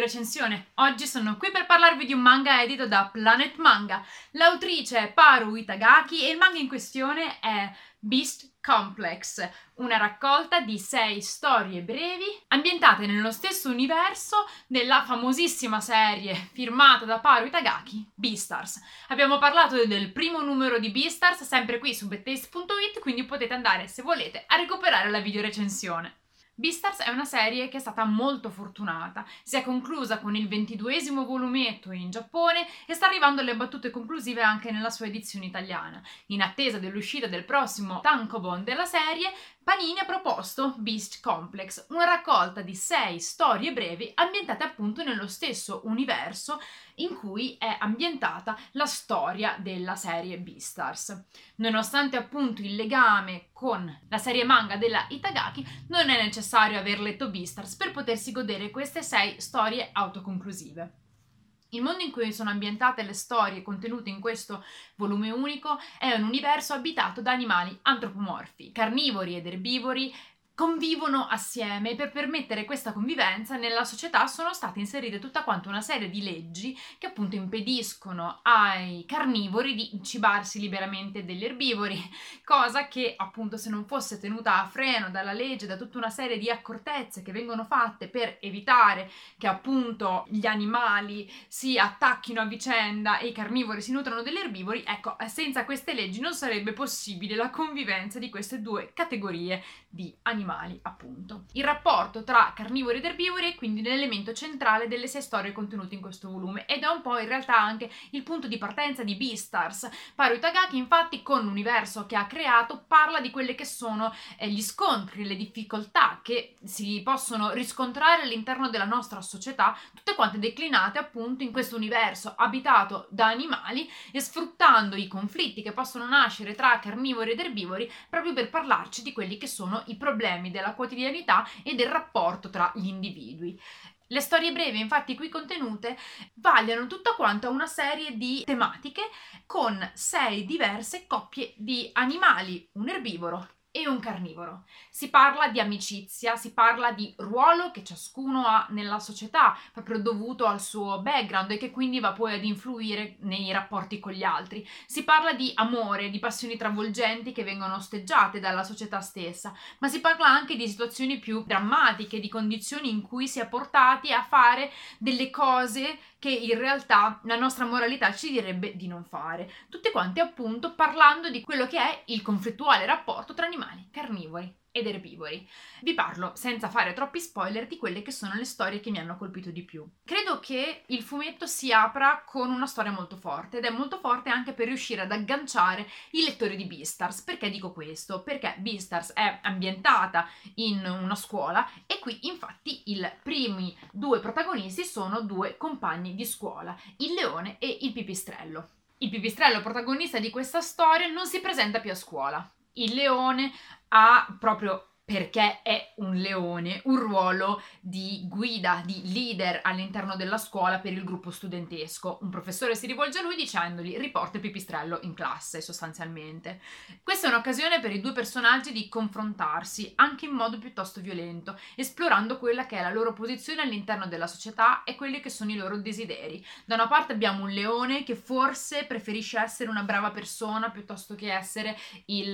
videorecensione. Oggi sono qui per parlarvi di un manga edito da Planet Manga. L'autrice è Paru Itagaki e il manga in questione è Beast Complex, una raccolta di 6 storie brevi ambientate nello stesso universo della famosissima serie firmata da Paru Itagaki, Beastars. Abbiamo parlato del primo numero di Beastars sempre qui su bedtaste.it, quindi potete andare, se volete, a recuperare la videorecensione. Beastars è una serie che è stata molto fortunata, si è conclusa con il 22esimo volumetto in Giappone e sta arrivando alle battute conclusive anche nella sua edizione italiana. In attesa dell'uscita del prossimo tankobon della serie, Panini ha proposto Beast Complex, una raccolta di 6 storie brevi ambientate appunto nello stesso universo in cui è ambientata la storia della serie Beastars. Nonostante appunto il legame con la serie manga della Itagaki, non è necessario aver letto Beastars per potersi godere queste 6 storie autoconclusive. Il mondo in cui sono ambientate le storie contenute in questo volume unico è un universo abitato da animali antropomorfi, carnivori ed erbivori convivono assieme e per permettere questa convivenza nella società sono state inserite tutta quanta una serie di leggi che appunto impediscono ai carnivori di cibarsi liberamente degli erbivori, cosa che appunto se non fosse tenuta a freno dalla legge, da tutta una serie di accortezze che vengono fatte per evitare che appunto gli animali si attacchino a vicenda e i carnivori si nutrono degli erbivori, ecco, senza queste leggi non sarebbe possibile la convivenza di queste due categorie di animali, appunto. Il rapporto tra carnivori ed erbivori è quindi l'elemento centrale delle 6 storie contenute in questo volume ed è un po' in realtà anche il punto di partenza di Beastars. Paru Itagaki infatti con l'universo che ha creato parla di quelle che sono gli scontri, le difficoltà che si possono riscontrare all'interno della nostra società, tutte quante declinate appunto in questo universo abitato da animali e sfruttando i conflitti che possono nascere tra carnivori ed erbivori proprio per parlarci di quelli che sono i problemi della quotidianità e del rapporto tra gli individui. Le storie brevi, infatti, qui contenute vagliano tutta quanta una serie di tematiche con 6 diverse coppie di animali, un erbivoro e un carnivoro. Si parla di amicizia, si parla di ruolo che ciascuno ha nella società, proprio dovuto al suo background e che quindi va poi ad influire nei rapporti con gli altri. Si parla di amore, di passioni travolgenti che vengono osteggiate dalla società stessa, ma si parla anche di situazioni più drammatiche, di condizioni in cui si è portati a fare delle cose che in realtà la nostra moralità ci direbbe di non fare. Tutte quante appunto parlando di quello che è il conflittuale rapporto tra animali carnivori ed erbivori. Vi parlo, senza fare troppi spoiler, di quelle che sono le storie che mi hanno colpito di più. Credo che il fumetto si apra con una storia molto forte ed è molto forte anche per riuscire ad agganciare i lettori di Beastars. Perché dico questo? Perché Beastars è ambientata in una scuola e qui infatti i primi 2 protagonisti sono 2 compagni di scuola, il leone e il pipistrello. Il pipistrello, protagonista di questa storia, non si presenta più a scuola. Il leone ha proprio, perché è un leone, un ruolo di guida, di leader all'interno della scuola per il gruppo studentesco. Un professore si rivolge a lui dicendogli riporta il pipistrello in classe, sostanzialmente. Questa è un'occasione per i 2 personaggi di confrontarsi, anche in modo piuttosto violento, esplorando quella che è la loro posizione all'interno della società e quelli che sono i loro desideri. Da una parte abbiamo un leone che forse preferisce essere una brava persona piuttosto che essere il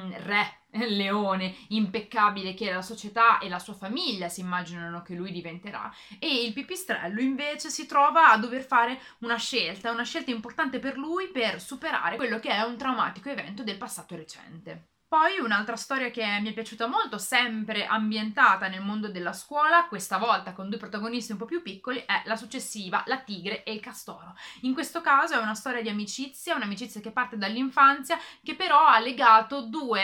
re leone impeccabile che la società e la sua famiglia si immaginano che lui diventerà, e il pipistrello invece si trova a dover fare una scelta importante per lui per superare quello che è un traumatico evento del passato recente. Poi un'altra storia che mi è piaciuta molto, sempre ambientata nel mondo della scuola, questa volta con 2 protagonisti un po' più piccoli, è la successiva, La tigre e il castoro. In questo caso è una storia di amicizia, un'amicizia che parte dall'infanzia, che però ha legato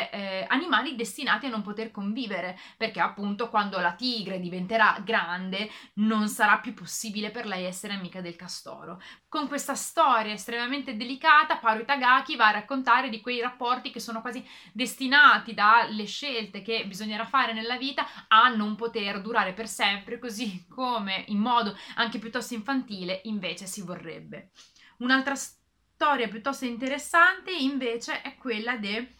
2 animali destinati a non poter convivere, perché appunto quando la tigre diventerà grande non sarà più possibile per lei essere amica del castoro. Con questa storia estremamente delicata, Paru Itagaki va a raccontare di quei rapporti che sono quasi destinati dalle scelte che bisognerà fare nella vita a non poter durare per sempre, così come in modo anche piuttosto infantile invece si vorrebbe. Un'altra storia piuttosto interessante invece è quella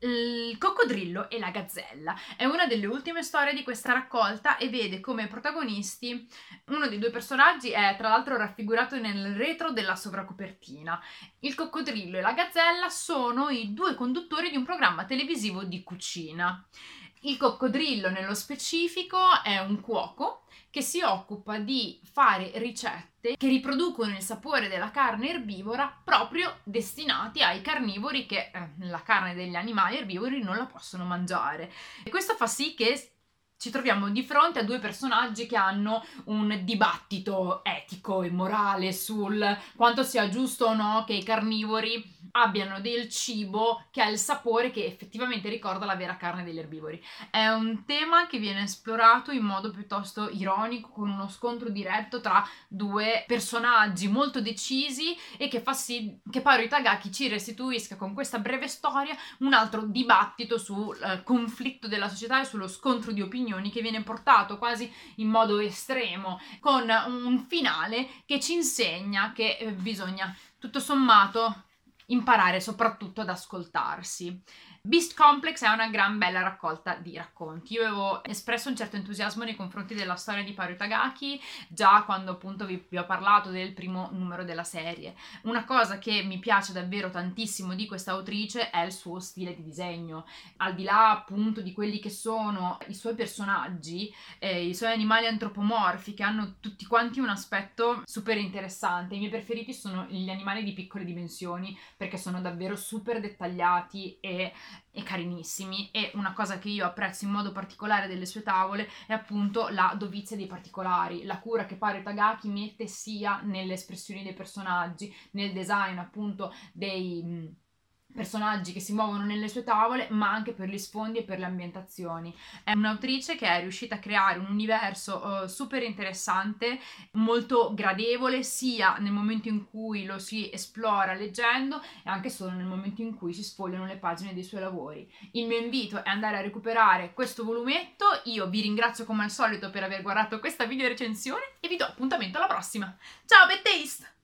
Il coccodrillo e la gazzella è una delle ultime storie di questa raccolta e vede come protagonisti uno dei due personaggi è tra l'altro raffigurato nel retro della sovracopertina. Il coccodrillo e la gazzella sono i due conduttori di un programma televisivo di cucina. Il coccodrillo, nello specifico, è un cuoco che si occupa di fare ricette che riproducono il sapore della carne erbivora proprio destinati ai carnivori che la carne degli animali erbivori non la possono mangiare. E questo fa sì che ci troviamo di fronte a due personaggi che hanno un dibattito etico e morale sul quanto sia giusto o no che i carnivori abbiano del cibo che ha il sapore che effettivamente ricorda la vera carne degli erbivori. È un tema che viene esplorato in modo piuttosto ironico, con uno scontro diretto tra due personaggi molto decisi e che fa sì che Paru Itagaki ci restituisca con questa breve storia un altro dibattito sul conflitto della società e sullo scontro di opinioni che viene portato quasi in modo estremo, con un finale che ci insegna che bisogna tutto sommato imparare soprattutto ad ascoltarsi. Beast Complex è una gran bella raccolta di racconti. Io avevo espresso un certo entusiasmo nei confronti della storia di Paru Itagaki già quando appunto vi ho parlato del primo numero della serie. Una cosa che mi piace davvero tantissimo di questa autrice è il suo stile di disegno. Al di là appunto di quelli che sono i suoi personaggi, i suoi animali antropomorfi che hanno tutti quanti un aspetto super interessante. I miei preferiti sono gli animali di piccole dimensioni perché sono davvero super dettagliati e carinissimi, e una cosa che io apprezzo in modo particolare delle sue tavole è appunto la dovizia dei particolari, la cura che Paru Itagaki mette sia nelle espressioni dei personaggi, nel design appunto dei personaggi che si muovono nelle sue tavole, ma anche per gli sfondi e per le ambientazioni. È un'autrice che è riuscita a creare un universo super interessante, molto gradevole sia nel momento in cui lo si esplora leggendo e anche solo nel momento in cui si sfogliano le pagine dei suoi lavori. Il mio invito è andare a recuperare questo volumetto. Io vi ringrazio come al solito per aver guardato questa video recensione e vi do appuntamento alla prossima. Ciao, bad taste!